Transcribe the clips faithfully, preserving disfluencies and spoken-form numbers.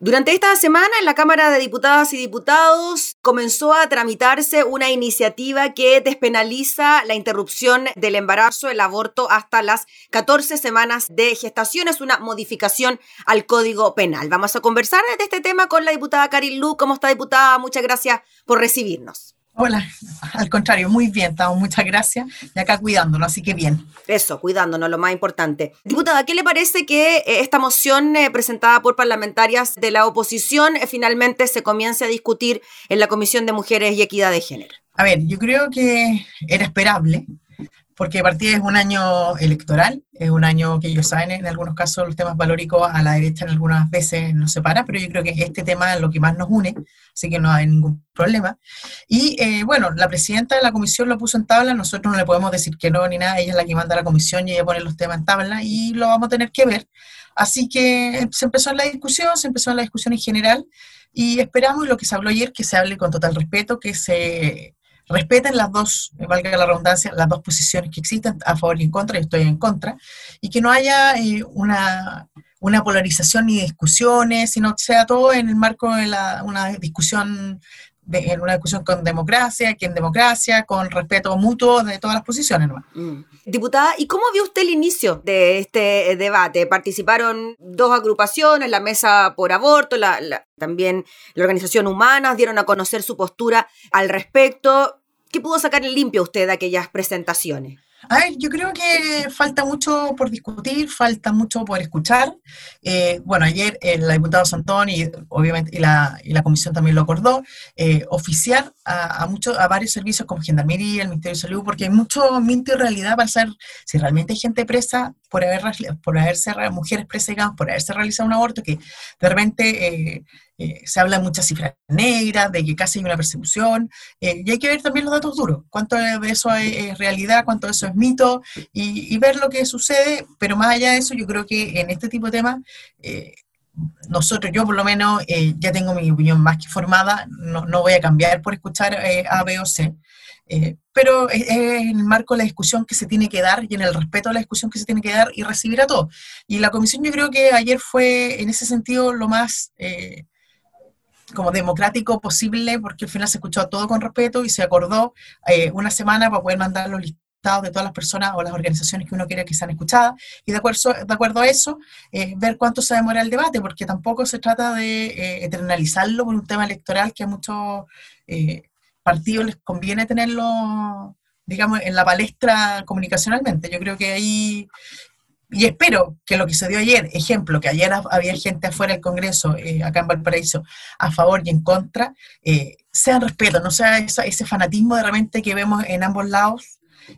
Durante esta semana en la Cámara de Diputadas y Diputados comenzó a tramitarse una iniciativa que despenaliza la interrupción del embarazo, el aborto hasta las catorce semanas de gestación. Es una modificación al Código Penal. Vamos a conversar de este tema con la diputada Karin Luk. ¿Cómo está, diputada? Muchas gracias por recibirnos. Hola, al contrario, muy bien, estamos, muchas gracias, y acá cuidándonos, así que bien. Eso, cuidándonos, lo más importante. Diputada, ¿qué le parece que eh, esta moción eh, presentada por parlamentarias de la oposición eh, finalmente se comience a discutir en la Comisión de Mujeres y Equidad de Género? A ver, yo creo que era esperable, porque de partida es un año electoral, es un año que ellos saben, en algunos casos los temas valóricos a la derecha en algunas veces nos separa, pero yo creo que este tema es lo que más nos une, así que no hay ningún problema. Y eh, bueno, la presidenta de la comisión lo puso en tabla, nosotros no le podemos decir que no ni nada, ella es la que manda a la comisión y ella pone los temas en tabla y lo vamos a tener que ver. Así que se empezó en la discusión, se empezó en la discusión en general y esperamos, y lo que se habló ayer, que se hable con total respeto, que se respeten las dos, valga la redundancia, las dos posiciones que existen, a favor y en contra, yo estoy en contra, y que no haya eh, una, una polarización ni discusiones, sino que sea todo en el marco de la, una discusión, de, en una discusión con democracia, que en democracia, con respeto mutuo de todas las posiciones, ¿no? Mm. Diputada, ¿y cómo vio usted el inicio de este debate? Participaron dos agrupaciones, la Mesa por Aborto, la, la, también la Organización Humanas, dieron a conocer su postura al respecto. ¿Qué pudo sacar en limpio usted de aquellas presentaciones? A ver, yo creo que falta mucho por discutir, falta mucho por escuchar. Eh, bueno, ayer eh, la diputada Santón y obviamente y la, y la comisión también lo acordó, eh, oficiar a, a, mucho, a varios servicios como Gendarmería, el Ministerio de Salud, porque hay mucho mito y realidad para saber si realmente hay gente presa por, haber, por haberse, mujeres presas, digamos, por haberse realizado un aborto, que de repente eh, eh, se habla de muchas cifras negras, de que casi hay una persecución, eh, y hay que ver también los datos duros, cuánto de eso es, es realidad, cuánto de eso es mito, y, y ver lo que sucede, pero más allá de eso, yo creo que en este tipo de temas, eh, nosotros, yo por lo menos, eh, ya tengo mi opinión más que formada, no, no voy a cambiar por escuchar eh, A, B o C, eh, pero es, es en el marco de la discusión que se tiene que dar y en el respeto a la discusión que se tiene que dar y recibir a todos. Y la comisión yo creo que ayer fue, en ese sentido, lo más Eh, como democrático posible, porque al final se escuchó todo con respeto y se acordó eh, una semana para poder mandar los listados de todas las personas o las organizaciones que uno quiere que sean escuchadas, y de acuerdo, de acuerdo a eso, eh, ver cuánto se demora el debate, porque tampoco se trata de eh, eternalizarlo por un tema electoral que a muchos eh, partidos les conviene tenerlo, digamos, en la palestra comunicacionalmente. Yo creo que ahí... Y espero que lo que se dio ayer, ejemplo, que ayer había gente afuera del Congreso, eh, acá en Valparaíso, a favor y en contra, eh, sea en respeto, no sea esa, ese fanatismo de repente que vemos en ambos lados,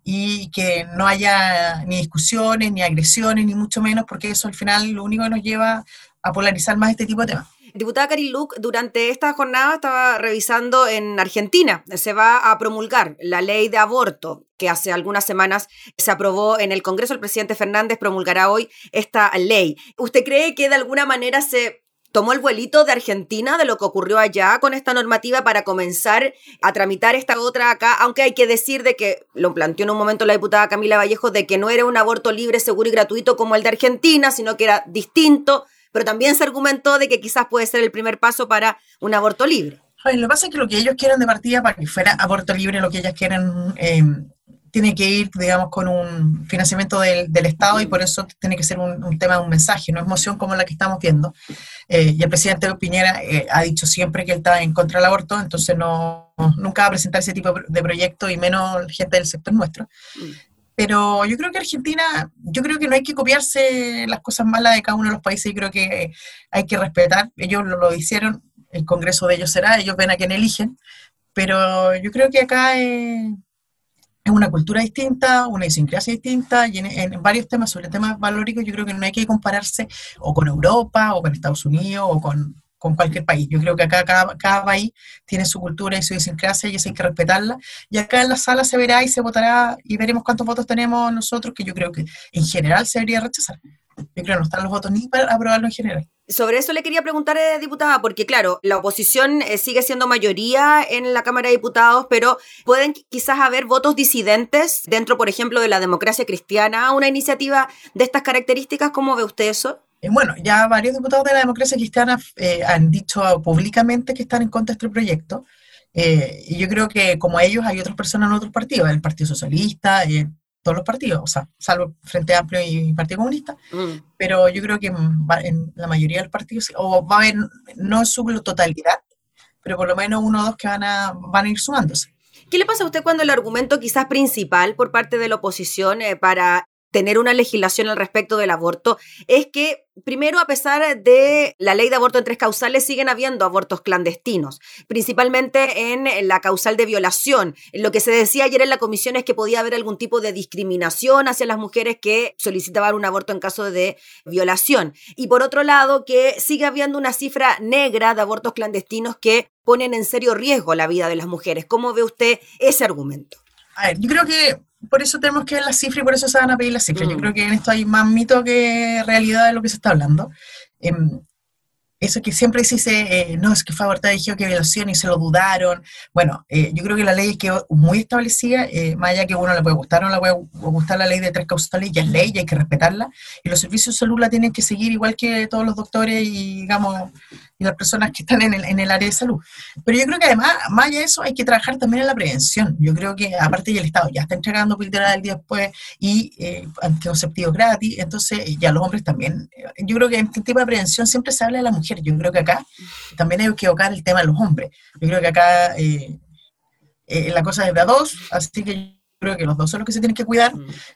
y que no haya ni discusiones, ni agresiones, ni mucho menos, porque eso al final lo único que nos lleva a polarizar más este tipo de temas. Diputada Karin Luk, durante esta jornada estaba revisando en Argentina, se va a promulgar la ley de aborto que hace algunas semanas se aprobó en el Congreso. El presidente Fernández promulgará hoy esta ley. ¿Usted cree que de alguna manera se tomó el vuelito de Argentina, de lo que ocurrió allá con esta normativa, para comenzar a tramitar esta otra acá? Aunque hay que decir de que, lo planteó en un momento la diputada Camila Vallejo, de que no era un aborto libre, seguro y gratuito como el de Argentina, sino que era distinto, pero también se argumentó de que quizás puede ser el primer paso para un aborto libre. Ay, lo que pasa es que lo que ellos quieren de partida, para que fuera aborto libre, lo que ellas quieren... Eh, tiene que ir, digamos, con un financiamiento del, del Estado, y por eso tiene que ser un, un tema de un mensaje, no es moción como la que estamos viendo. Eh, y el presidente Piñera eh, ha dicho siempre que él está en contra del aborto, entonces no, nunca va a presentar ese tipo de proyecto, y menos gente del sector nuestro. Pero yo creo que Argentina, yo creo que no hay que copiarse las cosas malas de cada uno de los países, yo creo que hay que respetar, ellos lo, lo hicieron, el Congreso de ellos será, ellos ven a quién eligen, pero yo creo que acá... Eh, es una cultura distinta, una idiosincrasia distinta, y en, en varios temas, sobre temas valóricos, yo creo que no hay que compararse o con Europa, o con Estados Unidos, o con, con cualquier país. Yo creo que acá cada, cada país tiene su cultura y su idiosincrasia, y eso hay que respetarla, y acá en la sala se verá y se votará, y veremos cuántos votos tenemos nosotros, que yo creo que en general se debería rechazar. Yo creo que no están los votos ni para aprobarlo en general. Sobre eso le quería preguntar, eh, diputada, porque claro, la oposición eh, sigue siendo mayoría en la Cámara de Diputados, pero pueden quizás haber votos disidentes dentro, por ejemplo, de la democracia cristiana, una iniciativa de estas características. ¿Cómo ve usted eso? Eh, bueno, ya varios diputados de la democracia cristiana eh, han dicho públicamente que están en contra de este proyecto. Eh, y yo creo que como ellos hay otras personas en otros partidos, el Partido Socialista, eh, todos los partidos, o sea, salvo Frente Amplio y Partido Comunista, Mm. pero yo creo que va- en la mayoría de los partidos, o va a haber, no en su totalidad, pero por lo menos uno o dos que van a, van a ir sumándose. ¿Qué le pasa a usted cuando el argumento quizás principal por parte de la oposición eh, para tener una legislación al respecto del aborto es que, primero, a pesar de la ley de aborto en tres causales, siguen habiendo abortos clandestinos, principalmente en la causal de violación? Lo que se decía ayer en la comisión es que podía haber algún tipo de discriminación hacia las mujeres que solicitaban un aborto en caso de violación. Y por otro lado, que sigue habiendo una cifra negra de abortos clandestinos que ponen en serio riesgo la vida de las mujeres. ¿Cómo ve usted ese argumento? A ver, yo creo que por eso tenemos que ver las cifras y por eso se van a pedir las cifras. Mm. Yo creo que en esto hay más mito que realidad de lo que se está hablando. Em, Eso que siempre se dice, eh, no, es que fue abortada y dijo que violación y se lo dudaron. Bueno, eh, yo creo que la ley quedó muy establecida, eh, más allá que a uno le puede gustar o no le puede gustar la ley de tres causales, ya es ley y hay que respetarla. Y los servicios de salud la tienen que seguir igual que todos los doctores y, digamos, y las personas que están en el, en el área de salud. Pero yo creo que además, más allá de eso, hay que trabajar también en la prevención. Yo creo que, aparte, ya el Estado ya está entregando píldoras el día después y eh, anticonceptivos gratis, entonces ya los hombres también. Yo creo que en este tipo de prevención siempre se habla de la mujer. Yo creo que acá también hay que evocar el tema de los hombres. Yo creo que acá eh, eh, la cosa es de a dos, así que yo creo que los dos son los que se tienen que cuidar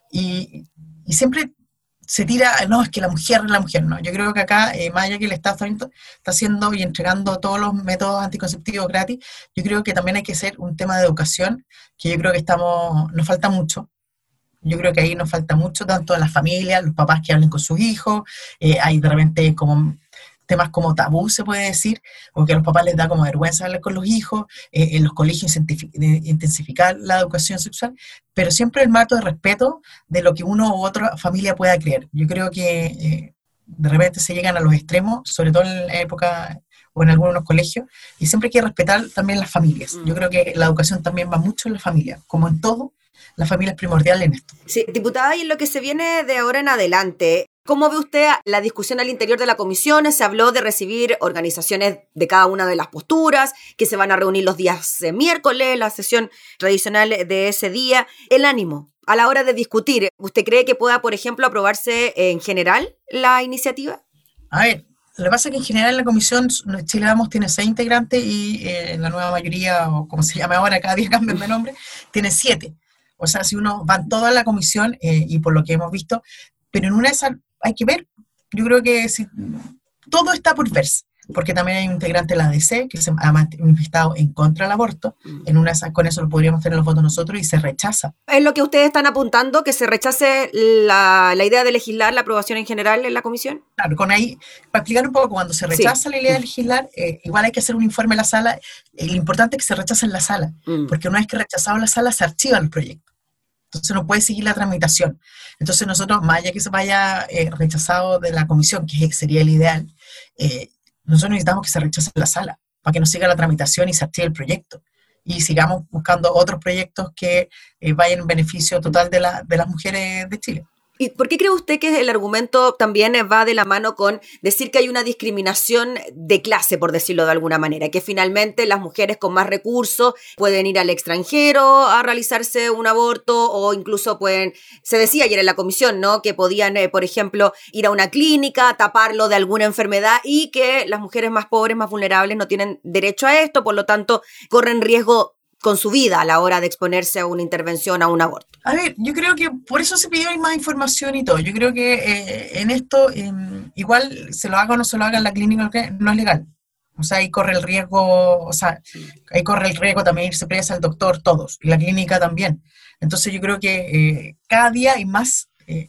y, y siempre se tira, no, es que la mujer, la mujer, no. Yo creo que acá, eh, más allá que el Estado está haciendo y entregando todos los métodos anticonceptivos gratis, yo creo que también hay que hacer un tema de educación, que yo creo que estamos, nos falta mucho. Yo creo que ahí nos falta mucho, tanto a las familias, los papás que hablen con sus hijos, eh, hay de repente como temas como tabú, se puede decir, o que a los papás les da como vergüenza hablar con los hijos, eh, en los colegios intensificar la educación sexual, pero siempre el marco de respeto de lo que uno u otra familia pueda creer. Yo creo que eh, de repente se llegan a los extremos, sobre todo en la época o en algunos colegios, y siempre hay que respetar también las familias. Yo creo que la educación también va mucho en la familia, como en todo, la familia es primordial en esto. Sí, diputada, y en lo que se viene de ahora en adelante, ¿cómo ve usted la discusión al interior de la comisión? Se habló de recibir organizaciones de cada una de las posturas, que se van a reunir los días eh, miércoles, la sesión tradicional de ese día. El ánimo a la hora de discutir, ¿usted cree que pueda, por ejemplo, aprobarse en general la iniciativa? A ver, lo que pasa es que en general en la comisión Chile Vamos tiene seis integrantes y eh, la nueva mayoría, o como se llama ahora, cada día cambian de nombre, tiene siete. O sea, si uno van toda la comisión eh, y por lo que hemos visto, pero en una de esas hay que ver, yo creo que si, todo está por verse, porque también hay un integrante de la A D C que se ha manifestado en contra del aborto, en una de esas, con eso lo podríamos tener los votos nosotros y se rechaza. ¿Es lo que ustedes están apuntando, que se rechace la, la idea de legislar la aprobación en general en la comisión? Claro, con ahí, para explicar un poco, cuando se rechaza sí. la idea de legislar, eh, igual hay que hacer un informe en la sala, eh, lo importante es que se rechace en la sala, mm. porque una vez que rechazado en la sala se archiva el proyecto. Entonces no puede seguir la tramitación. Entonces nosotros, más allá que se vaya eh, rechazado de la comisión, que sería el ideal, eh, nosotros necesitamos que se rechace en la sala, para que no siga la tramitación y se archive el proyecto. Y sigamos buscando otros proyectos que eh, vayan en beneficio total de, la, de las mujeres de Chile. ¿Y por qué cree usted que el argumento también va de la mano con decir que hay una discriminación de clase, por decirlo de alguna manera? Que finalmente las mujeres con más recursos pueden ir al extranjero a realizarse un aborto o incluso pueden, se decía ayer en la comisión, ¿no? Que podían, eh, por ejemplo, ir a una clínica, taparlo de alguna enfermedad y que las mujeres más pobres, más vulnerables no tienen derecho a esto, por lo tanto corren riesgo con su vida a la hora de exponerse a una intervención, a un aborto. A ver, yo creo que por eso se pidió más información y todo. Yo creo que eh, en esto, eh, igual se lo haga o no se lo haga en la clínica, no es legal. O sea, ahí corre el riesgo, o sea, ahí corre el riesgo también irse presa al doctor, todos, y la clínica también. Entonces yo creo que eh, cada día hay más eh,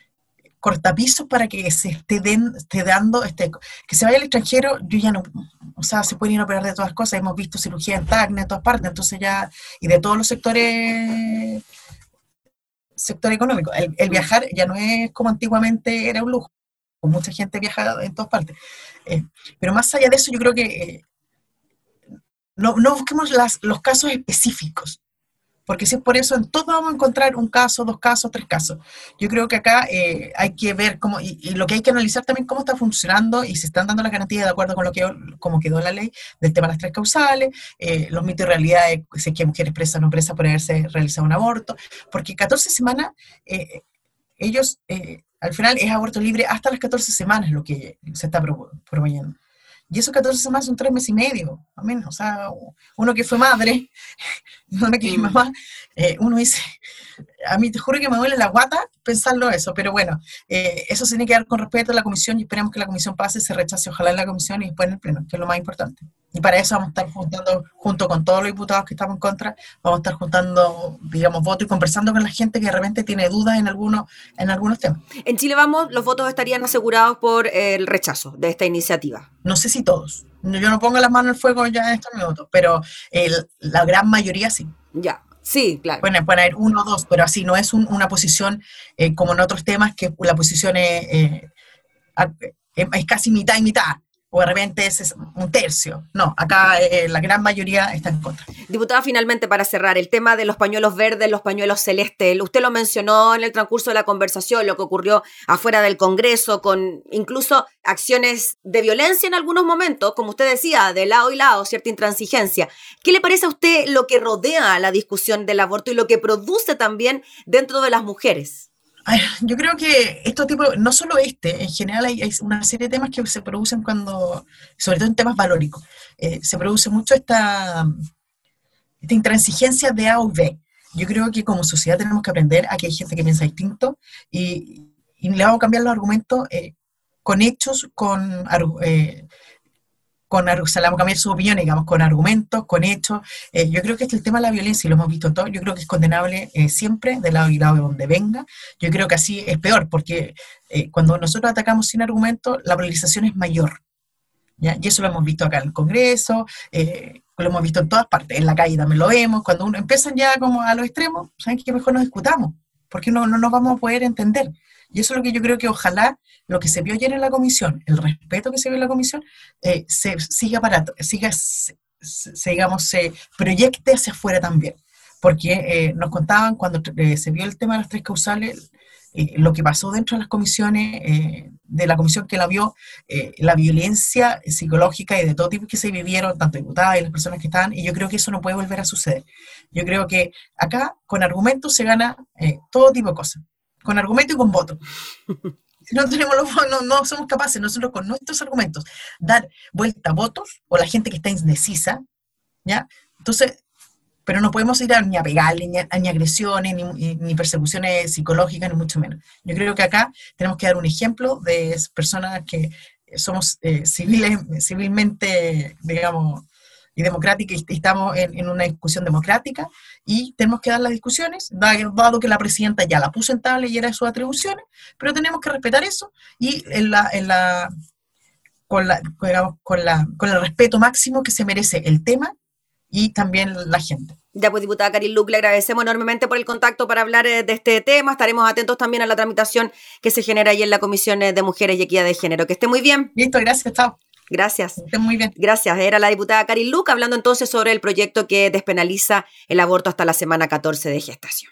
cortapisos para que se esté, den, esté dando, este, que se vaya al extranjero, yo ya no, o sea, se pueden ir a operar de todas cosas, hemos visto cirugía en Tacna, en todas partes, entonces ya, y de todos los sectores, sector económico, el, el viajar ya no es como antiguamente era un lujo, mucha gente viaja en todas partes, eh, pero más allá de eso yo creo que eh, no, no busquemos las, los casos específicos, Porque si es por eso, en todo vamos a encontrar un caso, dos casos, tres casos. Yo creo que acá eh, hay que ver cómo, y, y lo que hay que analizar también cómo está funcionando y si están dando las garantías de acuerdo con lo que cómo quedó la ley del tema de las tres causales, eh, los mitos y realidades, si es que mujeres presas o no presas por haberse realizado un aborto, porque catorce semanas, eh, ellos, eh, al final es aborto libre hasta las catorce semanas lo que se está proponiendo. Y esos catorce semanas son tres meses y medio, al menos. O sea, uno que fue madre, una que es mamá, eh, uno dice, a mí te juro que me duele la guata pensarlo eso, pero bueno, eh, eso se tiene que dar con respeto a la comisión y esperemos que la comisión pase, se rechace ojalá en la comisión y después en el pleno, que es lo más importante. Y para eso vamos a estar juntando, junto con todos los diputados que estamos en contra, vamos a estar juntando, digamos, votos y conversando con la gente que de repente tiene dudas en algunos, en algunos temas. En Chile Vamos, los votos estarían asegurados por el rechazo de esta iniciativa. No sé si todos. Yo no pongo las manos al fuego ya en estos minutos, pero el, la gran mayoría sí. Ya. Sí, claro. Pueden, pueden haber uno o dos, pero así no es un, una posición eh, como en otros temas, que la posición es, eh, es casi mitad y mitad, o de repente es un tercio. No, acá eh, la gran mayoría está en contra. Diputada, finalmente para cerrar, el tema de los pañuelos verdes, los pañuelos celestes, usted lo mencionó en el transcurso de la conversación, lo que ocurrió afuera del Congreso, con incluso acciones de violencia en algunos momentos, como usted decía, de lado y lado, cierta intransigencia. ¿Qué le parece a usted lo que rodea la discusión del aborto y lo que produce también dentro de las mujeres? Yo creo que estos tipos, no solo este, en general hay, hay una serie de temas que se producen cuando, sobre todo en temas valóricos, eh, se produce mucho esta, esta intransigencia de A o B. Yo creo que como sociedad tenemos que aprender a que hay gente que piensa distinto y, y le vamos a cambiar los argumentos eh, con hechos, con... Eh, con, o sea, le vamos a cambiar su opinión, digamos, con argumentos, con hechos. Eh, yo creo que este el tema de la violencia, y lo hemos visto todo, yo creo que es condenable eh, siempre, de lado y lado de donde venga. Yo creo que así es peor, porque eh, cuando nosotros atacamos sin argumentos, la polarización es mayor. ¿Ya? Y eso lo hemos visto acá en el Congreso, eh, lo hemos visto en todas partes, en la calle también lo vemos. Cuando uno empiezan ya como a los extremos, ¿saben qué? Mejor nos discutamos, porque no, no nos vamos a poder entender. Y eso es lo que yo creo que ojalá lo que se vio ayer en la comisión, el respeto que se vio en la comisión, eh, se siga para, siga, se, se, digamos, se proyecte hacia afuera también. Porque eh, nos contaban cuando eh, se vio el tema de las tres causales, eh, lo que pasó dentro de las comisiones, eh, de la comisión que la vio, eh, la violencia psicológica y de todo tipo que se vivieron, tanto diputadas y las personas que estaban, y yo creo que eso no puede volver a suceder. Yo creo que acá con argumentos se gana eh, todo tipo de cosas. Con argumento y con voto. Si no tenemos los, no, no somos capaces nosotros con nuestros argumentos dar vuelta a votos, o la gente que está indecisa, ¿ya? Entonces, pero no podemos ir a, ni a pegarle, ni, a, ni agresiones, ni, ni persecuciones psicológicas, ni mucho menos. Yo creo que acá tenemos que dar un ejemplo de personas que somos eh, civiles, civilmente, digamos, y democrática, y estamos en, en una discusión democrática, y tenemos que dar las discusiones, dado que la presidenta ya la puso en tabla y era de sus atribuciones, pero tenemos que respetar eso, y en la, en la, con, la, digamos, con, la, con el respeto máximo que se merece el tema y también la gente. Ya pues, diputada Karin Luk, le agradecemos enormemente por el contacto para hablar de este tema. Estaremos atentos también a la tramitación que se genera ahí en la Comisión de Mujeres y Equidad de Género. Que esté muy bien. Listo, gracias, chao. Gracias. Estén muy bien. Gracias. Era la diputada Karin Luk hablando entonces sobre el proyecto que despenaliza el aborto hasta la semana catorce de gestación.